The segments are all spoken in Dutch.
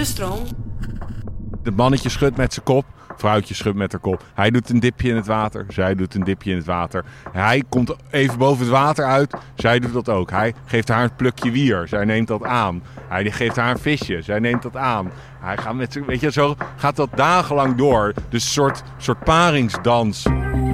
stroom. Het mannetje schudt met zijn kop. Vrouwtje schudt met haar kop. Hij doet een dipje in het water. Zij doet een dipje in het water. Hij komt even boven het water uit. Zij doet dat ook. Hij geeft haar een plukje wier. Zij neemt dat aan. Hij geeft haar een visje. Zij neemt dat aan. Hij gaat met z'n, weet je, zo gaat dat dagenlang door. Dus een soort paringsdans.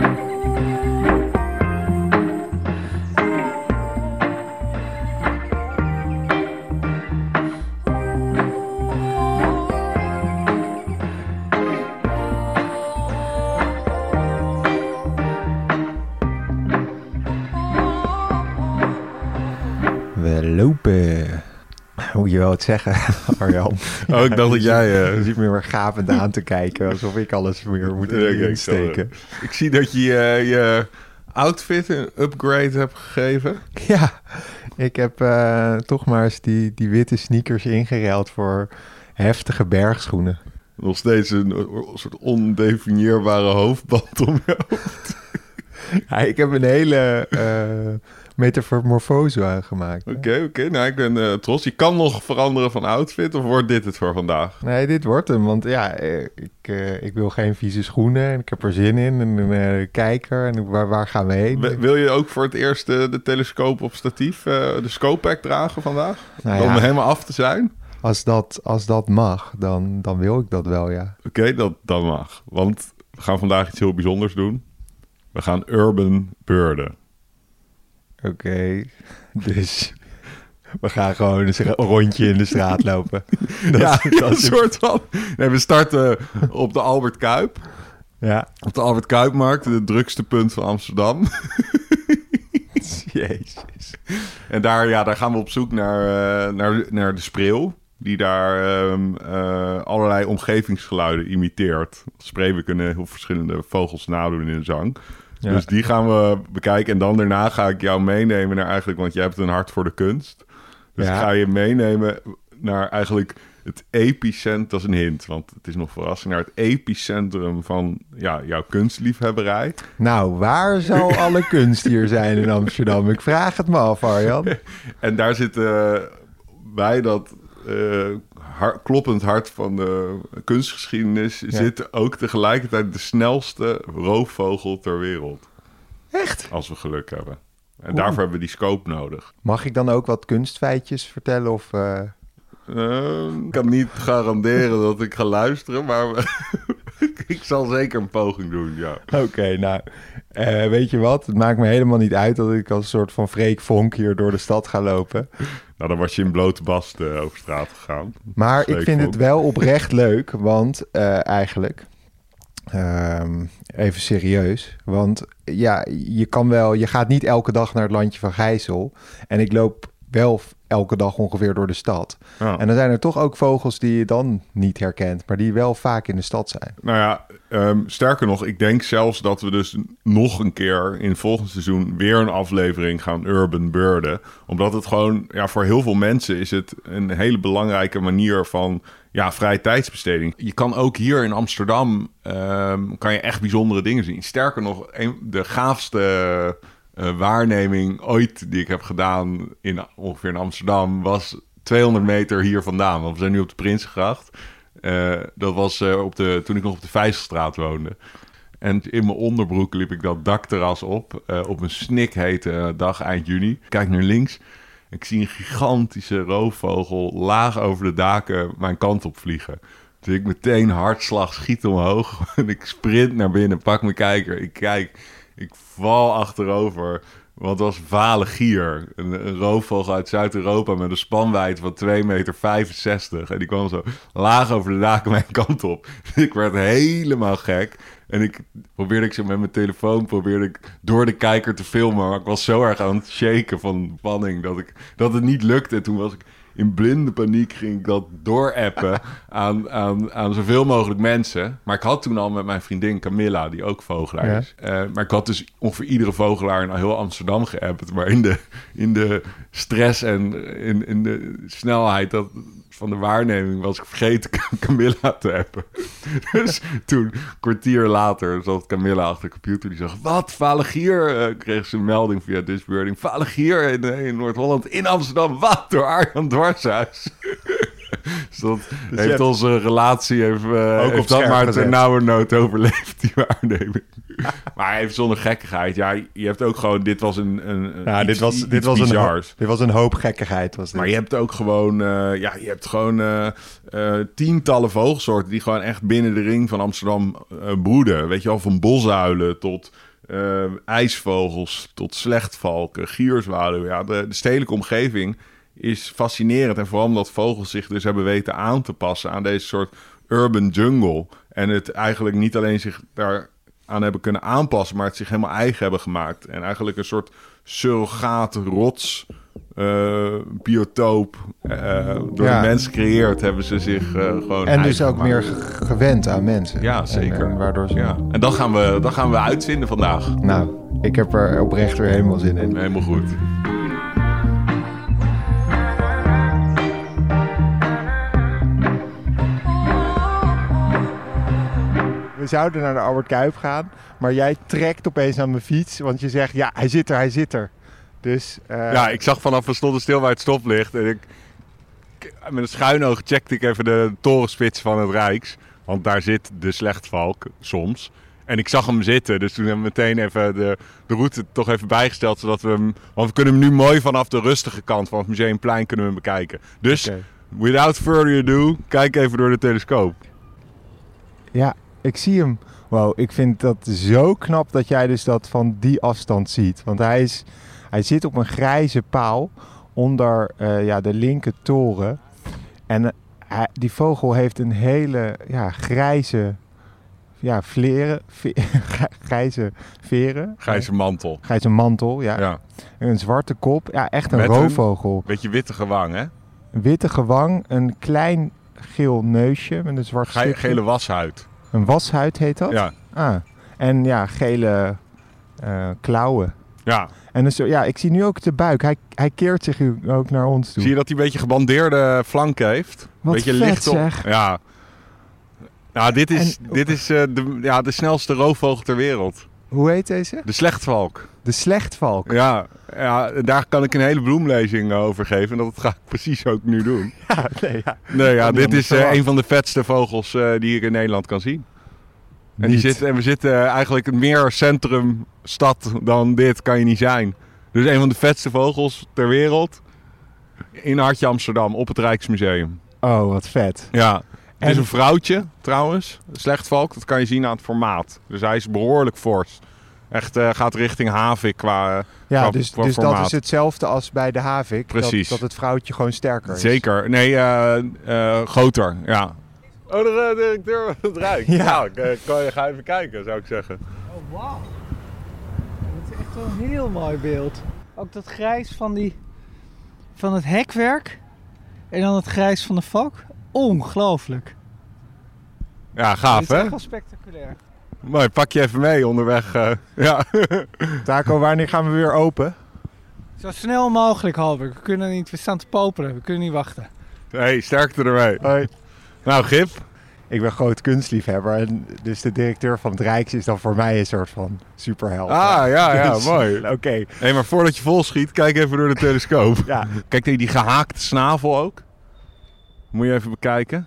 We lopen. Moet je wel het zeggen, Arjan. Oh, ik dacht dat jij... Je ziet me weer gapend aan te kijken, alsof ik alles weer moet insteken. Ik zie dat je je outfit een upgrade hebt gegeven. Ja, ik heb toch maar eens die witte sneakers ingeruild voor heftige bergschoenen. Nog steeds een soort ondefinieerbare hoofdband om je hoofd. Ja, ik heb een hele metamorfose aangemaakt. Oké. Nou, ik ben trots. Je kan nog veranderen van outfit of wordt dit het voor vandaag? Nee, dit wordt hem. Want ja, ik wil geen vieze schoenen. En ik heb er zin in. En een kijker. En waar gaan we heen? Wil je ook voor het eerst de telescoop op statief, de Scopepack dragen vandaag? Nou Om helemaal af te zijn? Als dat mag, dan wil ik dat wel, ja. Oké, dat mag. Want we gaan vandaag iets heel bijzonders doen. We gaan urban birden. Oké, dus we gaan gewoon een rondje in de straat lopen. Dat is een soort van... Nee, we starten op de Albert Kuip. Ja. Op de Albert Kuipmarkt, het drukste punt van Amsterdam. Jezus. En daar gaan we op zoek naar de spreeuw. Die daar allerlei omgevingsgeluiden imiteert. Spreeuwen kunnen heel verschillende vogels nadoen in een zang. Ja. Dus die gaan we bekijken. En dan daarna ga ik jou meenemen naar eigenlijk... Want jij hebt een hart voor de kunst. Dus ik ga je meenemen naar eigenlijk het epicentrum. Dat is een hint, want het is nog verrassing. Naar het epicentrum van jouw kunstliefhebberij. Nou, waar zou alle kunst hier zijn in Amsterdam? Ik vraag het me af, Arjan. En daar zitten bij dat... kloppend hart van de kunstgeschiedenis... zit ook tegelijkertijd de snelste roofvogel ter wereld. Echt? Als we geluk hebben. En daarvoor hebben we die scope nodig. Mag ik dan ook wat kunstfeitjes vertellen? Of, ik kan niet garanderen dat ik ga luisteren... maar ik zal zeker een poging doen, ja. Oké, nou... weet je wat? Het maakt me helemaal niet uit... dat ik als een soort van Freek Vonk hier door de stad ga lopen... Nou, dan was je in blote bast over straat gegaan. Maar ik vind het wel oprecht leuk, want eigenlijk... even serieus. Want ja, je gaat niet elke dag naar het landje van Gijssel. En ik loop wel elke dag ongeveer door de stad. Oh. En dan zijn er toch ook vogels die je dan niet herkent... maar die wel vaak in de stad zijn. Nou ja, sterker nog, ik denk zelfs dat we dus nog een keer... in het volgende seizoen weer een aflevering gaan urban birden. Omdat het gewoon, voor heel veel mensen... is het een hele belangrijke manier van... vrije tijdsbesteding. Je kan ook hier in Amsterdam... kan je echt bijzondere dingen zien. Sterker nog, de gaafste... waarneming ooit die ik heb gedaan ongeveer in Amsterdam was 200 meter hier vandaan. Want we zijn nu op de Prinsengracht. Dat was toen ik nog op de Vijzelstraat woonde. En in mijn onderbroek liep ik dat dakterras op een snikhete dag eind juni. Ik kijk naar links. Ik zie een gigantische roofvogel laag over de daken mijn kant op vliegen. Dus ik meteen hartslag schiet omhoog. En ik sprint naar binnen, pak mijn kijker. Ik kijk... Ik val achterover, want het was vale gier. Een roofvogel uit Zuid-Europa met een spanwijdte van 2,65 meter. En die kwam zo laag over de daken mijn kant op. Ik werd helemaal gek. En ik zo met mijn telefoon door de kijker te filmen. Maar ik was zo erg aan het shaken van spanning dat het niet lukte. En toen was ik... In blinde paniek ging ik dat doorappen aan zoveel mogelijk mensen. Maar ik had toen al met mijn vriendin Camilla, die ook vogelaar is. Maar ik had dus ongeveer iedere vogelaar in heel Amsterdam geappt. Maar in de stress en in de snelheid van de waarneming was ik vergeten Camilla te appen. Dus toen, een kwartier later, zat Camilla achter de computer. Die zag, wat, Valegier? Kreeg ze een melding via Disbearding. Valegier in Noord-Holland, in Amsterdam. Wat, door Arjan Dwarshuis. Dus dat heeft onze relatie heeft dat maar ter nauwernood overleefd, die waarneming. Maar even zonder gekkigheid. Ja, je hebt ook gewoon... Dit was dit was een hoop gekkigheid. Was dit. Maar je hebt ook gewoon... tientallen vogelsoorten die gewoon echt binnen de ring van Amsterdam broeden. Weet je wel, van bosuilen tot ijsvogels, tot slechtvalken, gierzwaluwen. Ja, de stedelijke omgeving is fascinerend. En vooral omdat vogels zich dus hebben weten aan te passen aan deze soort urban jungle. En het eigenlijk niet alleen zich daar aan hebben kunnen aanpassen, maar het zich helemaal eigen hebben gemaakt. En eigenlijk een soort surrogaat rots biotoop door de mens gecreëerd, hebben ze zich gewoon en dus ook gemaakt. meer gewend aan mensen. Ja, zeker. En waardoor ze... En dat gaan we uitvinden vandaag. Nou, ik heb er oprecht weer helemaal zin in. Helemaal goed. We zouden naar de Albert Kuip gaan, maar jij trekt opeens aan mijn fiets, want je zegt, ja, hij zit er. Dus, Ja, ik zag vanaf, we stonden stil bij het stoplicht en met een schuin oog checkte ik even de torenspits van het Rijks, want daar zit de slechtvalk soms. En ik zag hem zitten, dus toen hebben we meteen even de route toch even bijgesteld, zodat we hem, want we kunnen hem nu mooi vanaf de rustige kant van het Museumplein kunnen we hem bekijken. Dus, without further ado, kijk even door de telescoop. Ja, ik zie hem. Wow, ik vind dat zo knap dat jij dus dat van die afstand ziet. Want hij zit op een grijze paal onder de linker toren. En die vogel heeft een hele grijze grijze veren. Grijze mantel. Grijze mantel, ja. Een zwarte kop. Ja, echt een met roofvogel. Een beetje witte gewang, hè? Een witte gewang, een klein geel neusje met een zwart stukje. Gele washuid. Een washuid heet dat? Ja. En gele klauwen. Ja. En dus, ik zie nu ook de buik. Hij keert zich ook naar ons toe. Zie je dat hij een beetje gebandeerde flanken heeft? Wat beetje vet, licht op. zeg. Ja. Nou, dit is de snelste roofvogel ter wereld. Hoe heet deze? De slechtvalk. De slechtvalk? Ja, daar kan ik een hele bloemlezing over geven. En dat ga ik precies ook nu doen. Dit is een van de vetste vogels die ik in Nederland kan zien. En we zitten eigenlijk meer centrumstad dan dit kan je niet zijn. Dus een van de vetste vogels ter wereld in hartje Amsterdam op het Rijksmuseum. Oh, wat vet. Ja. Het is een vrouwtje trouwens, een slechtvalk. Dat kan je zien aan het formaat. Dus hij is behoorlijk fors. Echt gaat richting havik qua dus formaat. Dat is hetzelfde als bij de havik. Precies. Dat het vrouwtje gewoon sterker is. Zeker. Nee, groter, ja. Oh, de directeur van het Rijk. Ja. Ga even kijken, zou ik zeggen. Oh, wauw. Dat is echt wel een heel mooi beeld. Ook dat grijs van het hekwerk. En dan het grijs van de valk. Ongelooflijk. Ja, gaaf, hè? Het is echt wel spectaculair. Mooi, pak je even mee onderweg. Ja. Taco, wanneer gaan we weer open? Zo snel mogelijk, Halbert. We staan te popelen. We kunnen niet wachten. Hey, sterkte ermee. Hoi. Nou, Gip. Ik ben groot kunstliefhebber. En dus de directeur van het Rijks is dan voor mij een soort van superheld. Ja, mooi. Oké. Hey, maar voordat je vol schiet, kijk even door de telescoop. Ja. Kijk, die gehaakte snavel ook. Moet je even bekijken.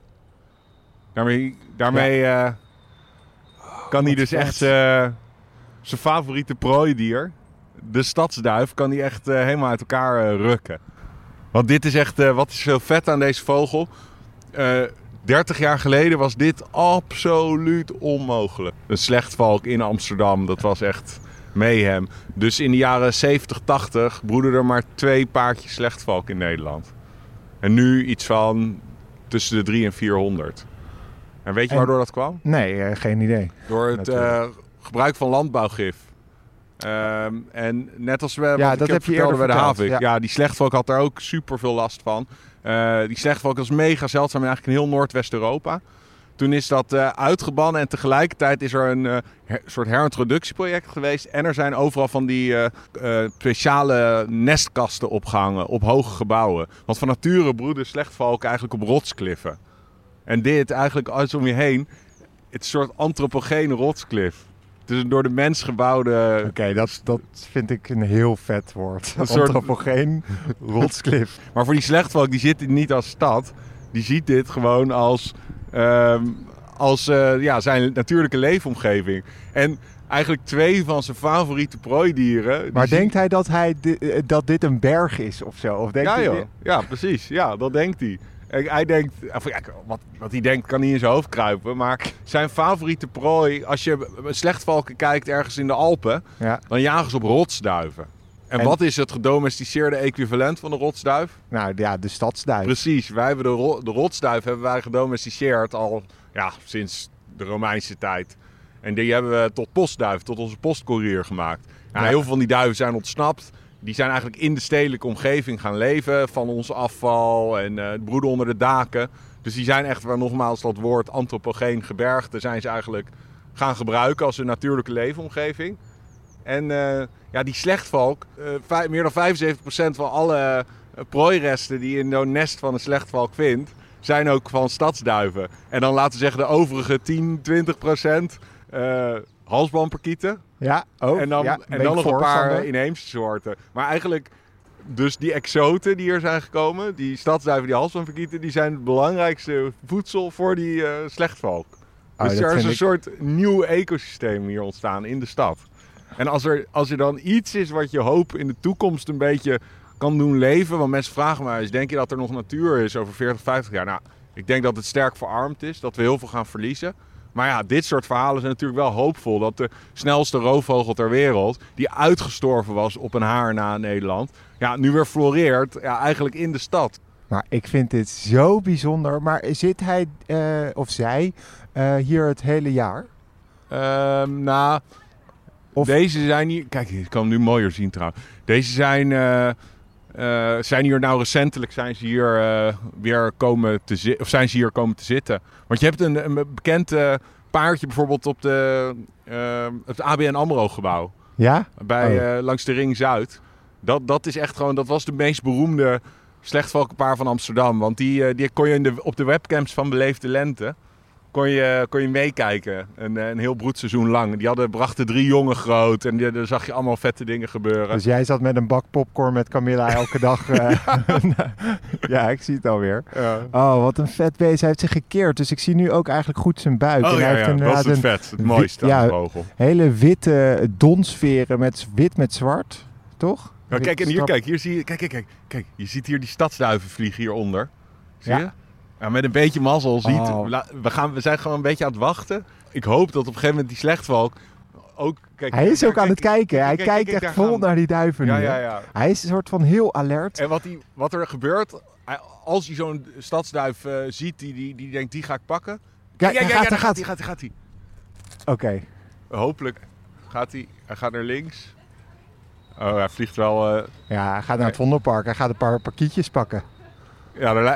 Daarmee kan hij dus echt zijn favoriete prooidier, de stadsduif, kan hij echt helemaal uit elkaar rukken. Want dit is echt, wat is zo vet aan deze vogel? 30 jaar geleden was dit absoluut onmogelijk. Een slechtvalk in Amsterdam, dat was echt mayhem. Dus in de jaren 70, 80 broeden er maar 2 paardjes slechtvalk in Nederland. En nu iets van tussen de 300 en 400. En weet je waardoor dat kwam? Nee, geen idee. Door het gebruik van landbouwgif. En net als we dat heb je eerder bij de verteld. havik. Ja, die slechtvalk had daar ook super veel last van. Die slechtvalk was mega zeldzaam in eigenlijk in heel Noordwest-Europa. Toen is dat uitgebannen en tegelijkertijd is er een soort herintroductieproject geweest. En er zijn overal van die speciale nestkasten opgehangen op hoge gebouwen. Want van nature broeden slechtvalken eigenlijk op rotskliffen. En dit eigenlijk alles om je heen, het is een soort antropogene rotsklif. Het is een door de mens gebouwde... Oké, dat vind ik een heel vet woord. Een soort antropogeen rotsklif. Maar voor die slechtvalk, die zit niet als stad. die ziet dit gewoon als zijn natuurlijke leefomgeving. En eigenlijk 2 van zijn favoriete prooidieren... Maar denkt hij dat dit een berg is of zo? Of denkt hij ja, precies. Ja, dat denkt hij. Hij denkt, wat hij denkt kan niet in zijn hoofd kruipen. Maar zijn favoriete prooi, als je slechtvalken kijkt ergens in de Alpen... dan jagen ze op rotsduiven. En wat is het gedomesticeerde equivalent van de rotsduif? Nou ja, de stadsduif. Precies, wij hebben de rotsduif hebben wij gedomesticeerd al sinds de Romeinse tijd. En die hebben we tot postduif, tot onze postcourier gemaakt. Heel veel van die duiven zijn ontsnapt. Die zijn eigenlijk in de stedelijke omgeving gaan leven van ons afval en het broeden onder de daken. Dus die zijn echt, nogmaals dat woord antropogeen gebergte, zijn ze eigenlijk gaan gebruiken als een natuurlijke leefomgeving. En die slechtvalk, meer dan 75% van alle prooiresten die je in zo'n nest van een slechtvalk vindt, zijn ook van stadsduiven. En dan laten we zeggen de overige 10-20% halsbandparkieten. Ja, en dan nog een paar inheemse soorten. Maar eigenlijk, dus die exoten die er zijn gekomen, die stadsduiven, die halsbandparkieten, die zijn het belangrijkste voedsel voor die slechtvalk. Dus er is een soort nieuw ecosysteem hier ontstaan in de stad. En als er dan iets is wat je hoopt in de toekomst een beetje kan doen leven. Want mensen vragen mij eens, denk je dat er nog natuur is over 40, 50 jaar? Nou, ik denk dat het sterk verarmd is, dat we heel veel gaan verliezen. Maar dit soort verhalen zijn natuurlijk wel hoopvol. Dat de snelste roofvogel ter wereld, die uitgestorven was op een haar na Nederland, nu weer floreert, eigenlijk in de stad. Maar ik vind dit zo bijzonder. Maar zit hij of zij hier het hele jaar? Deze zijn hier... Kijk, ik kan hem nu mooier zien trouwens. Deze zijn hier recentelijk zijn ze hier weer komen te zitten. Of zijn ze hier komen te zitten. Want je hebt een bekend paardje bijvoorbeeld op het ABN AMRO gebouw. Ja? Langs de Ring Zuid. Dat is echt gewoon... Dat was de meest beroemde slechtvalkenpaar van Amsterdam. Want die kon je op de webcams van Beleefde Lente... Kon je meekijken, een heel broedseizoen lang. Die brachten 3 jongen groot en daar zag je allemaal vette dingen gebeuren. Dus jij zat met een bak popcorn met Camilla elke dag. Ja, ik zie het alweer. Ja. Oh, wat een vet beest. Hij heeft zich gekeerd, dus ik zie nu ook eigenlijk goed zijn buik. Oh, en hij heeft dat is het vet, het mooiste aan de vogel. Hele witte donsveren wit met zwart, toch? Nou, kijk, en hier zie je, kijk, je ziet hier die stadsduiven vliegen hieronder. Zie je? Ja, met een beetje mazzel we zijn gewoon een beetje aan het wachten. Ik hoop dat op een gegeven moment die slechtvalk ook... Kijk, hij is ook aan het kijken. Hij kijkt echt vol naar die duiven nu. Ja. Hij is een soort van heel alert. En wat er gebeurt, als hij zo'n stadsduif ziet, die denkt, die ga ik pakken. Kijk, daar gaat hij. Oké. Hopelijk gaat hij. Hij gaat naar links. Oh, hij vliegt wel... hij gaat naar het Vondelpark. Hij gaat een paar parkietjes pakken. Ja,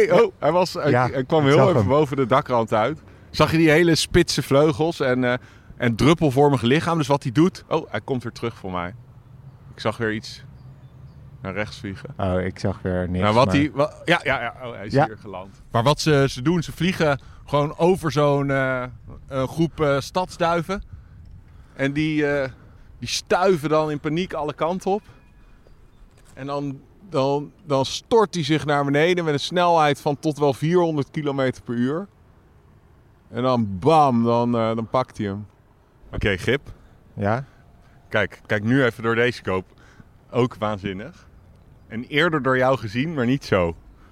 hij kwam heel even boven de dakrand uit. Zag je die hele spitse vleugels en druppelvormig lichaam. Dus wat hij doet... Oh, hij komt weer terug voor mij. Ik zag weer iets naar rechts vliegen. Oh, ik zag weer niks. Nou, hij is hier geland. Maar wat ze doen, ze vliegen gewoon over zo'n groep stadsduiven. En die stuiven dan in paniek alle kanten op. En dan stort hij zich naar beneden met een snelheid van tot wel 400 km per uur. En dan bam, dan pakt hij hem. Oké, Gip. Ja? Kijk nu even door deze koop. Ook waanzinnig. En eerder door jou gezien, maar niet zo.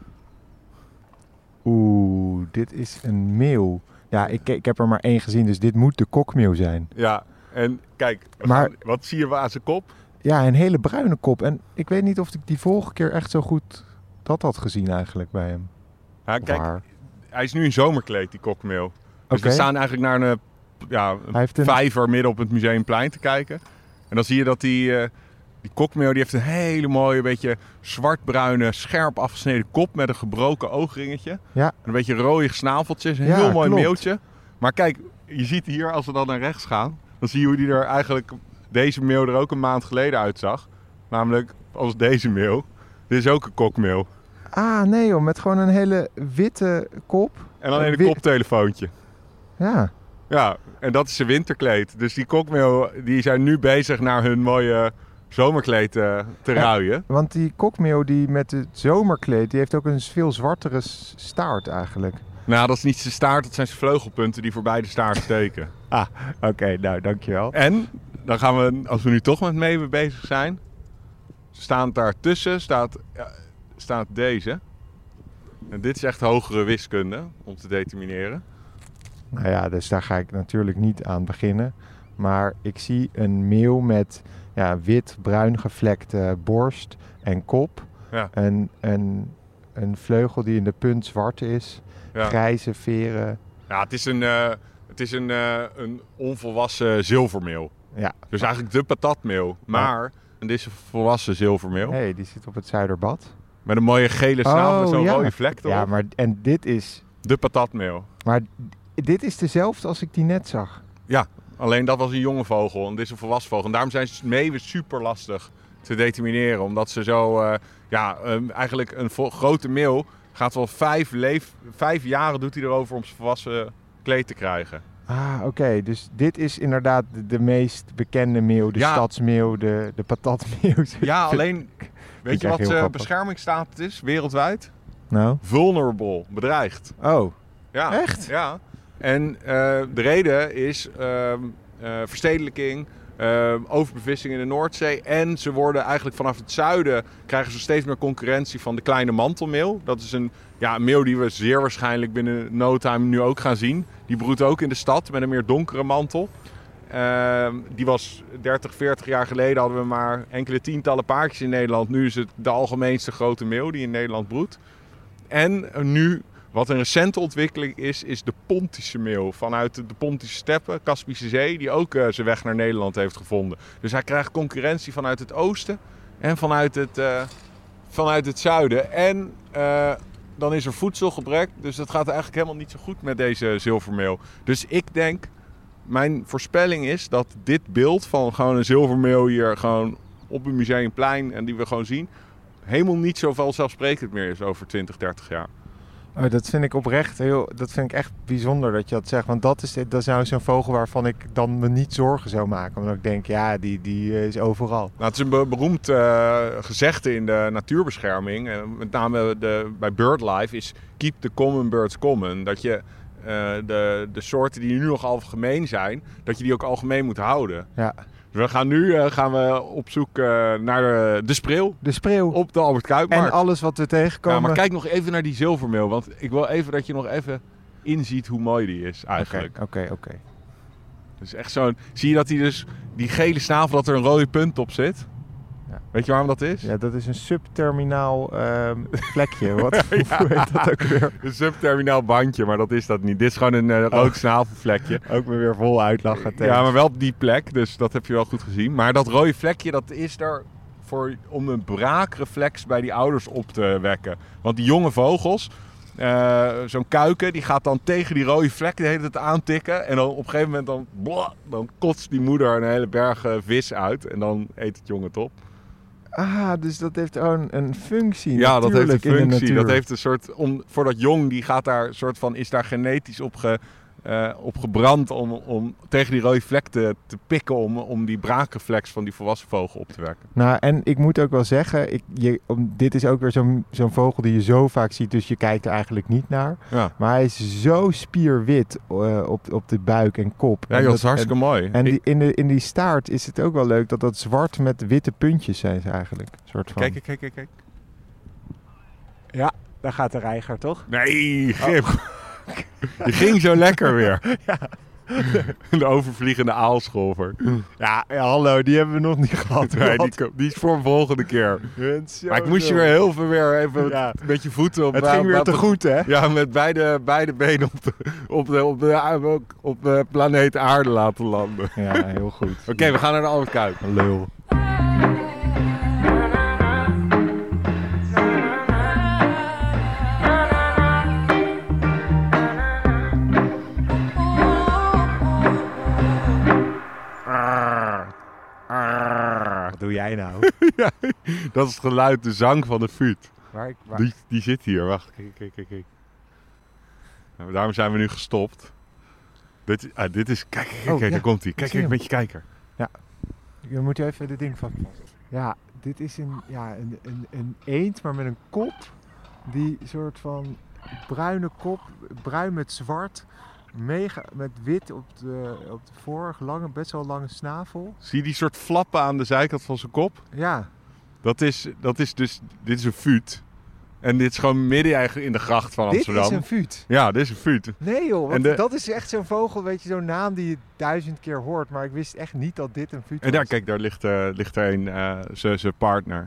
Oeh, dit is een meeuw. Ja, ik heb er maar 1 gezien, dus dit moet de kokmeeuw zijn. Ja, en kijk, wat zie je aan zijn kop? Ja, een hele bruine kop. En ik weet niet of ik die vorige keer echt zo goed dat had gezien eigenlijk bij hem. Ja, kijk, hij is nu in zomerkleed, die kokmeeuw. Dus we staan eigenlijk naar een vijver midden op het Museumplein te kijken. En dan zie je dat die kokmeeuw, die heeft een hele mooie, beetje zwartbruine, scherp afgesneden kop met een gebroken oogringetje. Ja. En een beetje rooiig snaveltje. Een heel mooi meeuwtje. Maar kijk, je ziet hier, als we dan naar rechts gaan, dan zie je hoe die er eigenlijk... Deze meeuw er ook een maand geleden uitzag. Namelijk als deze meeuw. Dit is ook een kokmeeuw. Ah, nee joh. Met gewoon een hele witte kop. En dan een koptelefoontje. Ja. Ja, en dat is zijn winterkleed. Dus die kokmeeuw, die zijn nu bezig naar hun mooie zomerkleed te ruien. Want die kokmeeuw die met het zomerkleed, die heeft ook een veel zwartere staart eigenlijk. Nou, dat is niet zijn staart, dat zijn zijn vleugelpunten die voorbij de staart steken. Oké, nou dankjewel. En dan gaan we, als we nu toch met meeuwen bezig zijn, staat daartussen staat deze. En dit is echt hogere wiskunde om te determineren. Nou ja, dus daar ga ik natuurlijk niet aan beginnen. Maar ik zie een meeuw met wit-bruin gevlekte borst en kop. Ja. Een vleugel die in de punt zwart is. Ja. Grijze veren. Ja, het is een onvolwassen zilvermeeuw. Ja. Dus eigenlijk de patatmeeuw. Maar dit is een volwassen zilvermeeuw. Hey, die zit op het Zuiderbad. Met een mooie gele snavel met zo'n ja. rode vlek erop. Ja, en dit is... De patatmeeuw. Maar dit is dezelfde als ik die net zag. Ja, alleen dat was een jonge vogel en dit is een volwassen vogel. En daarom zijn meeuwen super lastig te determineren. Omdat ze zo... eigenlijk een grote meeuw gaat wel 5 jaren doet hij erover om zijn volwassen kleed te krijgen. Oké. Dus dit is inderdaad de meest bekende meeuw. De stadsmeeuw, de patatmeeuw. Ja, alleen... Weet je wat grappig. beschermingsstatus is wereldwijd? Nou? Vulnerable, bedreigd. Oh, Ja, echt? Ja. En de reden is verstedelijking, overbevissing in de Noordzee. En ze worden eigenlijk vanaf het zuiden krijgen ze steeds meer concurrentie van de kleine mantelmeeuw. Dat is een meeuw die we zeer waarschijnlijk binnen no time nu ook gaan zien. Die broedt ook in de stad met een meer donkere mantel. Die was 30, 40 jaar geleden hadden we maar enkele tientallen paardjes in Nederland. Nu is het de algemeenste grote meeuw die in Nederland broedt. En nu, wat een recente ontwikkeling is de Pontische meeuw. Vanuit de Pontische steppen, Kaspische Zee, die ook zijn weg naar Nederland heeft gevonden. Dus hij krijgt concurrentie vanuit het oosten en vanuit het zuiden. En dan is er voedselgebrek, dus dat gaat eigenlijk helemaal niet zo goed met deze zilvermeeuw. Dus ik denk... Mijn voorspelling is dat dit beeld van gewoon een zilvermeeuw hier gewoon op een museumplein en die we gewoon zien, helemaal niet zo vanzelfsprekend meer is over 20, 30 jaar. Oh, dat vind ik oprecht dat vind ik echt bijzonder dat je dat zegt. Want dat is nou zo'n vogel waarvan ik dan me niet zorgen zou maken. Omdat ik denk, die is overal. Nou, het is een beroemd gezegde in de natuurbescherming. Met name bij BirdLife is keep the common birds common. Dat je de soorten die nu nog algemeen zijn, dat je die ook algemeen moet houden. Ja. Dus gaan we op zoek naar de spreeuw. De spreeuw. Op de Albert Kuipmarkt. En alles wat we tegenkomen. Ja, maar kijk nog even naar die zilvermeeuw. Want ik wil even dat je nog even inziet hoe mooi die is eigenlijk. Oké. Dus echt zo'n... Zie je dat die gele snavel, dat er een rode punt op zit? Ja. Weet je waarom dat is? Ja, dat is een subterminaal vlekje. Hoe heet dat ook weer? Een subterminaal bandje, maar dat is dat niet. Dit is gewoon een rood snavelvlekje. Ook me weer vol uitlachen. Ja, maar wel op die plek, dus dat heb je wel goed gezien. Maar dat rode vlekje, dat is daar om een braakreflex bij die ouders op te wekken. Want die jonge vogels, zo'n kuiken, die gaat dan tegen die rode vlek de hele tijd aantikken. En dan op een gegeven moment dan kotst die moeder een hele berg vis uit. En dan eet het jong het op. Dus dat heeft ook een functie. Ja, dat heeft een functie. In de natuur. Dat heeft een soort voor dat jong, die gaat daar soort van, is daar genetisch op gebrand om tegen die rode vlek te pikken om die braakreflex van die volwassen vogel op te werken. Nou, en ik moet ook wel zeggen, dit is ook weer zo'n vogel die je zo vaak ziet, dus je kijkt er eigenlijk niet naar. Ja. Maar hij is zo spierwit op de buik en kop. Ja, dat is hartstikke mooi. En in die staart is het ook wel leuk dat zwart met witte puntjes zijn ze eigenlijk. Soort van. Kijk. Ja, daar gaat de reiger, toch? Nee, Gip. Je ging zo lekker weer. Ja. De overvliegende aalscholver. Ja, hallo, die hebben we nog niet gehad. Nee, die is voor een volgende keer. Maar ik moest je weer heel veel even met je voeten op. Het ging weer te goed, hè? Ja, met beide benen op de planeet Aarde laten landen. Ja, heel goed. Oké, we gaan naar de Albert Kuip. Lul. Wat doe jij nou? Ja, dat is het geluid, de zang van de fuut. Waar? Die zit hier, wacht. Kijk. Nou, daarom zijn we nu gestopt. Dit is... Kijk, daar komt hij. Kijk met je kijker. Ja. Je moet even dit ding vastpassen. Ja, dit is een eend, maar met een kop. Die soort van bruine kop, bruin met zwart. Met wit op de lange, best wel lange snavel. Zie je die soort flappen aan de zijkant van zijn kop? Ja. Dat is dus, dit is een fuut. En dit is gewoon midden eigenlijk in de gracht van Amsterdam. Dit is een fuut? Ja, dit is een fuut. Nee joh, dat is echt zo'n vogel, weet je, zo'n naam die je 1000 keer hoort. Maar ik wist echt niet dat dit een fuut was. En daar, kijk, daar ligt er een, zijn partner.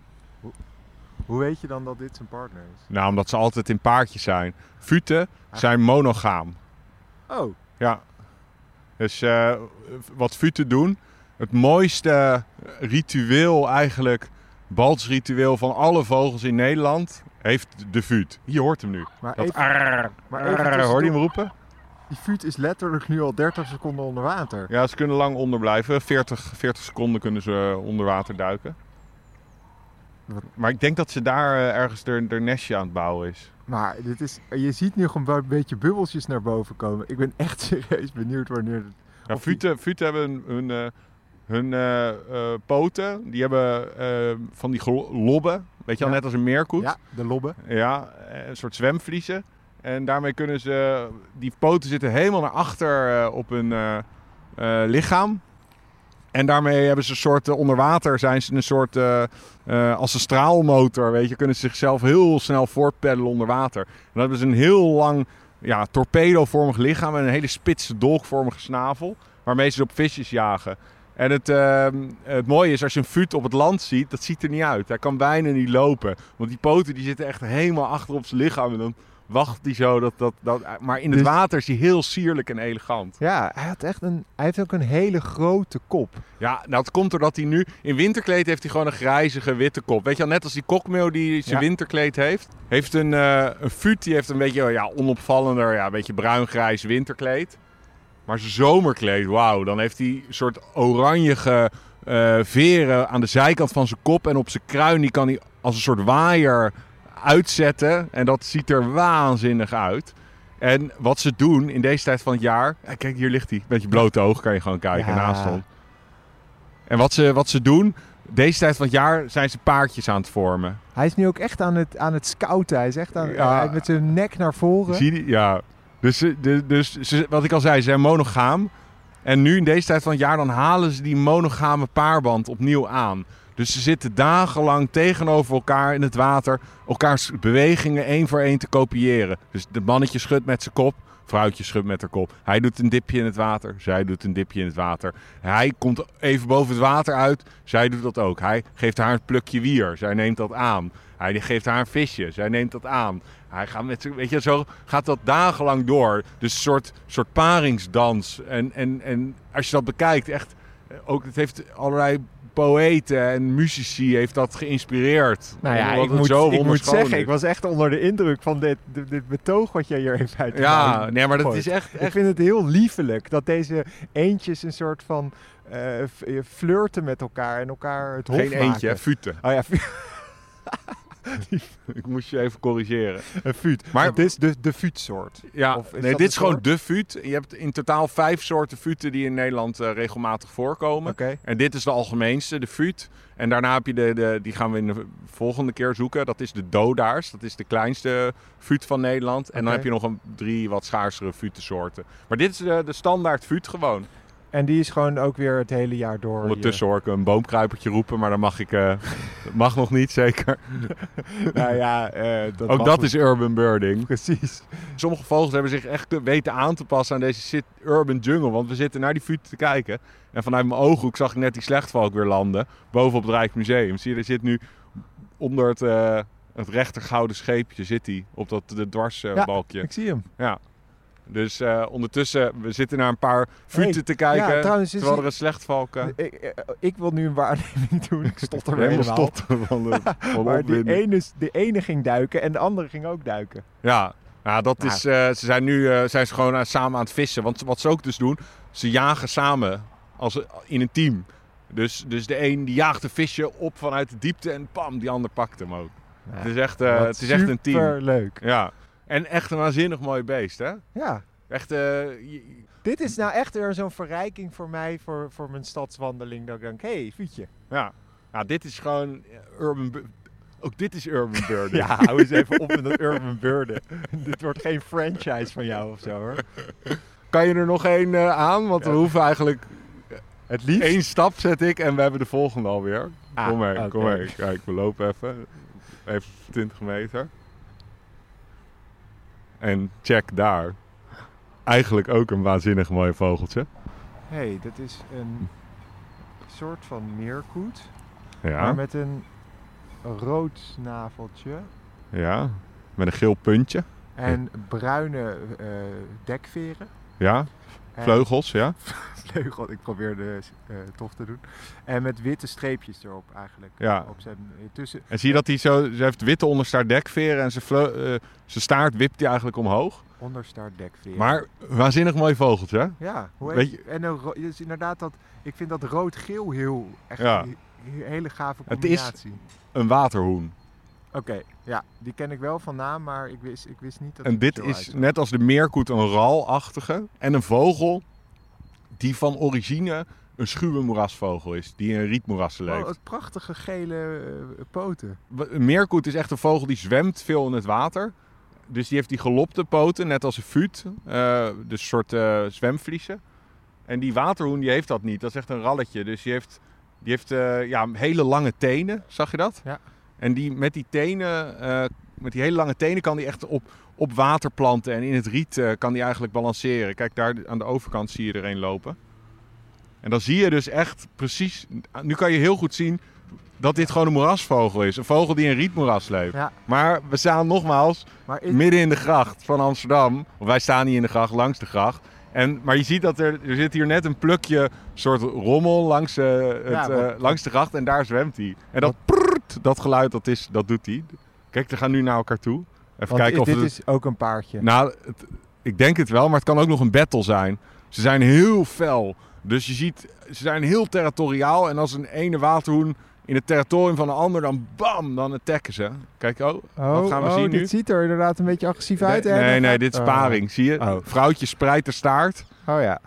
Hoe weet je dan dat dit zijn partner is? Nou, omdat ze altijd in paartjes zijn. Futen zijn monogaam. Oh. Ja. Dus wat futen doen, het mooiste ritueel eigenlijk, balsritueel van alle vogels in Nederland, heeft de fuut. Je hoort hem nu. Maar dat even hoor je hem roepen? Die fuut is letterlijk nu al 30 seconden onder water. Ja, ze kunnen lang onderblijven. 40 seconden kunnen ze onder water duiken. Maar ik denk dat ze daar ergens hun nestje aan het bouwen is. Maar je ziet nu gewoon een beetje bubbeltjes naar boven komen. Ik ben echt serieus benieuwd wanneer... Futen hebben hun poten, die hebben van die lobben. Weet je al, net als een meerkoet. Ja, de lobben. Ja, een soort zwemvliezen. En daarmee kunnen ze... Die poten zitten helemaal naar achter op hun lichaam. En daarmee hebben ze een soort... onder water zijn ze een soort... als een straalmotor, weet je. Kunnen ze zichzelf heel snel voortpeddelen onder water. En dan hebben ze een heel lang... Ja, torpedovormig lichaam en een hele spitse dolkvormige snavel. Waarmee ze op visjes jagen. En het mooie is, als je een fuut op het land ziet, dat ziet er niet uit. Hij kan bijna niet lopen. Want die poten die zitten echt helemaal achter op zijn lichaam. En dan wacht hij zo. Maar in het water is hij heel sierlijk en elegant. Ja, hij heeft ook een hele grote kop. Ja, nou het komt doordat hij nu... In winterkleed heeft hij gewoon een grijzige witte kop. Weet je al, net als die kokmeel die zijn winterkleed heeft. Heeft een fuut, die heeft een beetje onopvallender, een beetje bruin-grijs winterkleed. Maar zijn zomerkleed, wauw, dan heeft hij een soort oranjige veren aan de zijkant van zijn kop. En op zijn kruin die kan hij als een soort waaier uitzetten. En dat ziet er waanzinnig uit. En wat ze doen in deze tijd van het jaar... Kijk, hier ligt hij. Met je blote oog kan je gewoon kijken naast hem. En wat ze doen... Deze tijd van het jaar zijn ze paardjes aan het vormen. Hij is nu ook echt aan het scouten. Hij is echt met zijn nek naar voren. Zie je? Ja. Dus wat ik al zei, ze zijn monogaam. En nu in deze tijd van het jaar, dan halen ze die monogame paarband opnieuw aan. Dus ze zitten dagenlang tegenover elkaar in het water, elkaars bewegingen één voor één te kopiëren. Dus het mannetje schudt met zijn kop, vrouwtje schudt met haar kop. Hij doet een dipje in het water, zij doet een dipje in het water. Hij komt even boven het water uit, zij doet dat ook. Hij geeft haar een plukje wier, zij neemt dat aan. Hij geeft haar een visje, zij neemt dat aan. Hij gaat weet je, zo gaat dat dagenlang door. Dus een soort paringsdans. En als je dat bekijkt, echt, ook het heeft allerlei poëten en muzici heeft dat geïnspireerd. Nou ja, ik moet zeggen, ik was echt onder de indruk van dit betoog wat jij hier even uit. Ja, nee, maar dat is echt... Ik vind het heel liefelijk dat deze eendjes een soort van flirten met elkaar en elkaar het hof maken. Geen eentje, futen. Oh ja, ik moest je even corrigeren. Een fuut. Maar dit is de fuutsoort. Ja, dit is gewoon de fuut. Je hebt in totaal 5 soorten futen die in Nederland regelmatig voorkomen. Okay. En dit is de algemeenste, de fuut. En daarna heb je die gaan we in de volgende keer zoeken. Dat is de dodaars. Dat is de kleinste fuut van Nederland. En dan heb je nog 3 wat schaarsere futensoorten. Maar dit is de standaard fuut gewoon. En die is gewoon ook weer het hele jaar door. Ondertussen hoor ik een boomkruipertje roepen, maar dan mag ik... mag nog niet, zeker. Nou ja, dat is urban birding. Precies. Sommige vogels hebben zich echt weten aan te passen aan deze urban jungle. Want we zitten naar die futen te kijken. En vanuit mijn ooghoek zag ik net die slechtvalk weer landen. Bovenop het Rijksmuseum. Zie je, er zit nu onder het rechtergouden scheepje zit hij. Op dat dwarsbalkje. Ja, ik zie hem. Ja. Dus ondertussen, we zitten naar een paar futen te kijken, ja, trouwens, terwijl er een slechtvalk... Ik wil nu een waarneming doen. Ik stotter weer helemaal. Van maar de ene ging duiken en de andere ging ook duiken. Ja, dat is... Ze zijn nu gewoon samen aan het vissen. Want wat ze ook dus doen, ze jagen samen in een team. Dus de een die jaagt een visje op vanuit de diepte en pam, die ander pakt hem ook. Ja, het is echt een team. Superleuk. Ja. En echt een waanzinnig mooi beest, hè? Ja. Echt... Dit is nou echt weer zo'n verrijking voor mij, voor mijn stadswandeling. Dat ik denk, hé, fuutje. Ja. Nou, dit is gewoon ook dit is Urban Burden. Ja, hou eens even op met dat Urban Burden. Dit wordt geen franchise van jou of zo, hoor. Kan je er nog één aan? Want we hoeven eigenlijk... Het liefst... 1 stap zet ik en we hebben de volgende alweer. Kom mee, oké. kom mee. Kijk, we lopen even. Even 20 meter. En check daar. Eigenlijk ook een waanzinnig mooi vogeltje. Hé, dit is een soort van meerkoet. Ja, Maar met een rood snaveltje. ja. Met een geel puntje. En bruine dekveren. Ja, En vleugels, ja. vleugel, ik probeerde tof te doen. En met witte streepjes erop eigenlijk. Ja. Op zijn tussen. En zie je dat hij zo... Ze heeft witte onderstaart dekveren en zijn staart wipt hij eigenlijk omhoog. Onderstaart dekveren. Maar waanzinnig mooi vogeltje, hè? Ja, hoe Weet heet, en dus inderdaad dat... Ik vind dat rood-geel heel... Echt Ja. een hele gave Het is- combinatie. Een waterhoen. Oké, ja, die ken ik wel van naam, maar ik wist niet dat En het dit zo is uitzag. net als de meerkoet een ralachtige. En een vogel die van origine een schuwe moerasvogel is. Die in rietmoerassen leeft. Oh, het prachtige gele poten. Een meerkoet is echt een vogel die zwemt veel in het water. Dus die heeft die gelopte poten, net als een fuut. Dus een soort zwemvliezen. En die waterhoen die heeft dat niet. Dat is echt een ralletje. Dus die heeft hele lange tenen. Zag je dat? Ja. En met die tenen, met die hele lange tenen kan die echt op water planten. En in het riet kan die eigenlijk balanceren. Kijk, daar aan de overkant zie je er een lopen. En dan zie je dus echt precies... Nu kan je heel goed zien dat dit gewoon een moerasvogel is. Een vogel die in rietmoeras leeft. Ja. Maar we staan nogmaals Maar midden in de gracht van Amsterdam. Of wij staan niet in de gracht, langs de gracht. Maar je ziet dat er zit hier net een plukje soort rommel langs de gracht. En daar zwemt hij. En dat geluid, dat doet hij. Kijk, ze gaan nu naar elkaar toe. Even kijken of dit is ook een paardje. Nou, ik denk het wel, maar het kan ook nog een battle zijn. Ze zijn heel fel. Dus je ziet, ze zijn heel territoriaal. En als een ene waterhoen in het territorium van een ander, dan bam, dan attacken ze. Kijk, wat gaan we zien nu? Dit ziet er inderdaad een beetje agressief uit. Nee, dit is paring. Zie je? Oh. Vrouwtje spreidt de staart. Oh ja.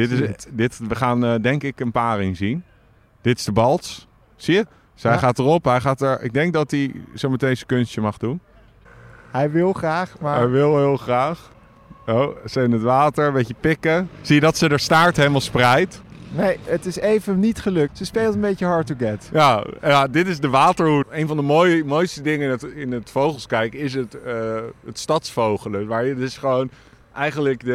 We gaan denk ik een paring zien. Dit is de balts. Zie je? Zij Ja. gaat erop. Hij gaat er. Ik denk dat hij zo meteen zijn kunstje mag doen. Hij wil graag, maar... Hij wil heel graag. Oh, ze in het water, een beetje pikken. Zie je dat ze de staart helemaal spreidt? Nee, het is even niet gelukt. Ze speelt een beetje hard to get. Ja, dit is de waterhoen. Een van de mooiste dingen in het vogelskijken is het stadsvogelen. Waar je dus gewoon eigenlijk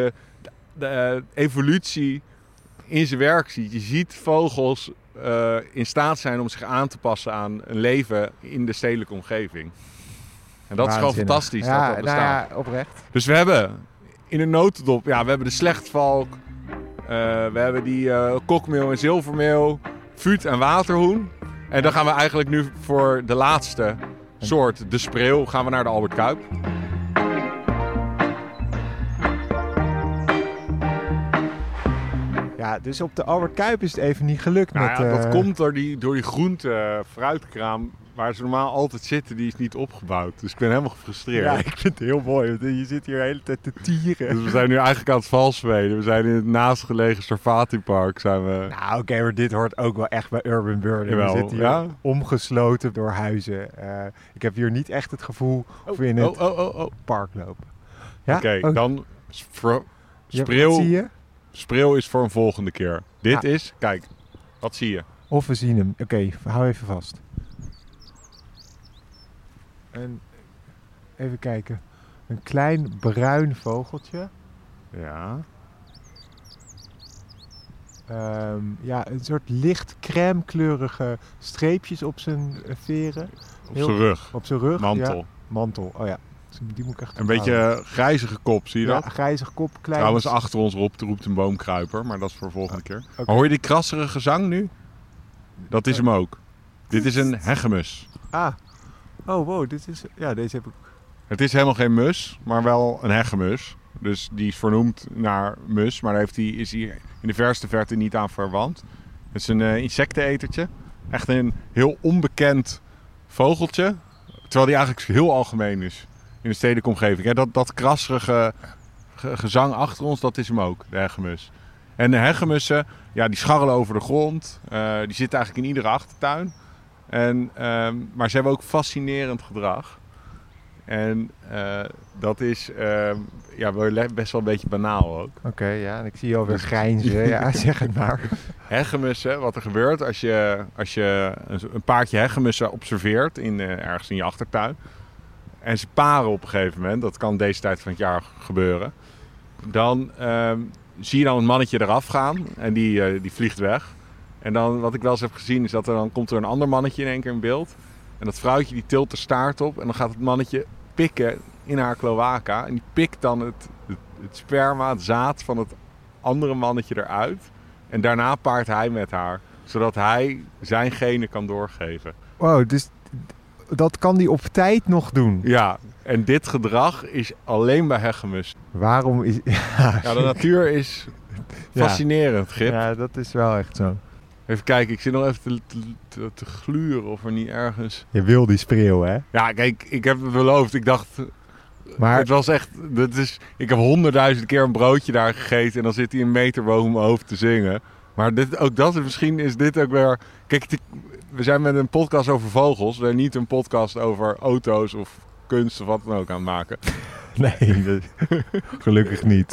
de evolutie in zijn werk ziet. Je ziet vogels in staat zijn om zich aan te passen aan een leven in de stedelijke omgeving. En dat is gewoon fantastisch dat dat bestaat. Ja, oprecht. Dus we hebben in een notendop, we hebben de slechtvalk, we hebben die kokmeel en zilvermeel, fuut en waterhoen. En dan gaan we eigenlijk nu voor de laatste soort, de spreeuw, gaan we naar de Albert Kuip. Ja, dus op de Albert Kuip is het even niet gelukt. Dat komt door die groente fruitkraam waar ze normaal altijd zitten, die is niet opgebouwd. Dus ik ben helemaal gefrustreerd. Ja, ik vind het heel mooi. Want je zit hier de hele tijd te tieren. Dus we zijn nu eigenlijk aan het valspelen. We zijn in het naastgelegen Sarfati-park. Nou, oké, maar dit hoort ook wel echt bij Urban Burden. Jawel, We zitten hier omgesloten door huizen. Ik heb hier niet echt het gevoel of we in het park lopen. Ja? Oké, dan Wat spreeuw. zie je? Spreeuw is voor een volgende keer. Dit is, kijk, wat zie je? Of we zien hem. Oké, hou even vast. En even kijken. Een klein bruin vogeltje. Ja. Een soort licht crème-kleurige streepjes op zijn veren. Op zijn rug. Op zijn rug. Mantel. Ja. Mantel, oh ja. Die moet ik echt een beetje grijzige kop, zie je dat? Ja, grijzig kop, klein. Trouwens, achter ons roept een boomkruiper, maar dat is voor de volgende keer. Okay. Maar hoor je die krasserige zang nu? Dat is hem ook. Dit is een hegemus. Ah. Oh, wow. Deze heb ik... Het is helemaal geen mus, maar wel een hegemus. Dus die is vernoemd naar mus, maar daar is hij in de verste verte niet aan verwant. Het is een insectenetertje. Echt een heel onbekend vogeltje. Terwijl die eigenlijk heel algemeen is in de stedelijke omgeving. Dat krasserige gezang achter ons, dat is hem ook, de hegemus. En de hegemussen, die scharrelen over de grond. Die zitten eigenlijk in iedere achtertuin. Maar ze hebben ook fascinerend gedrag. En dat is best wel een beetje banaal ook. Oké, ja. En ik zie je alweer grijnzen. Ja, zeg het maar. Hegemussen, wat er gebeurt als je een paardje hegemussen observeert ergens in je achtertuin. En ze paren op een gegeven moment, dat kan deze tijd van het jaar gebeuren. Dan zie je dan een mannetje eraf gaan en die vliegt weg. En dan, wat ik wel eens heb gezien, is dat dan komt er een ander mannetje in één keer in beeld. En dat vrouwtje die tilt de staart op en dan gaat het mannetje pikken in haar cloaca. En die pikt dan het sperma, het zaad van het andere mannetje eruit. En daarna paart hij met haar, zodat hij zijn genen kan doorgeven. Wow, dus dat kan die op tijd nog doen? Ja, en dit gedrag is alleen bij hegemus. Waarom is... Ja, de natuur is fascinerend, Gip. Ja, dat is wel echt zo. Even kijken, ik zit nog even te gluren of er niet ergens... Je wil die spreeuw, hè? Ja, kijk, ik heb het beloofd. Ik dacht... Maar... Het was echt... Ik heb 100.000 keer een broodje daar gegeten en dan zit hij een meter boven mijn hoofd te zingen. Maar misschien is dit ook weer... Kijk, we zijn met een podcast over vogels. We zijn niet een podcast over auto's of kunst of wat dan ook aan het maken. Nee, gelukkig niet.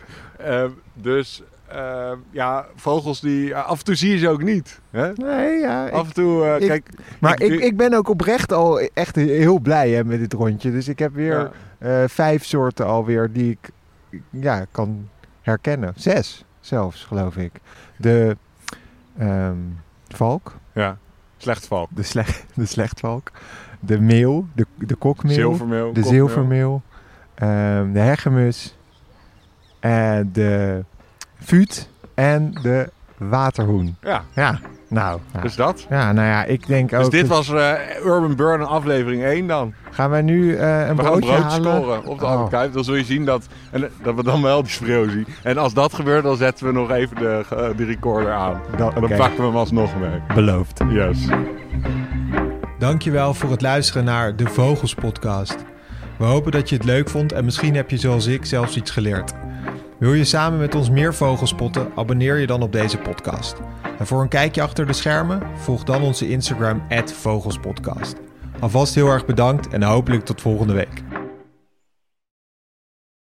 Vogels die... af en toe zie je ze ook niet. Hè? Nee, ja. Af en toe... kijk... Maar ik ben ook oprecht al echt heel blij met dit rondje. Dus ik heb weer 5 soorten alweer die ik kan herkennen. 6 zelfs, geloof ik. De valk. Ja, slechtvalk. De slechtvalk. De meeuw, de kokmeeuw. Zilvermeeuw. De zilvermeeuw. De hegemus. De vuut en de waterhoen. Ja. Nou. Dus dat? Ja, nou ja, ik denk ook... Dus dit was Urban Burden aflevering 1 dan. Gaan wij nu een broodje halen? Scoren op de Albert Kuip. Dan zul je zien dat we dan wel die spreeuw zien. En als dat gebeurt, dan zetten we nog even de recorder aan. Dan pakken we hem alsnog mee. Beloofd. Yes. Dankjewel voor het luisteren naar de Vogels Podcast. We hopen dat je het leuk vond en misschien heb je zoals ik zelfs iets geleerd. Wil je samen met ons meer vogels spotten? Abonneer je dan op deze podcast. En voor een kijkje achter de schermen, volg dan onze Instagram @vogelspodcast. Alvast heel erg bedankt en hopelijk tot volgende week.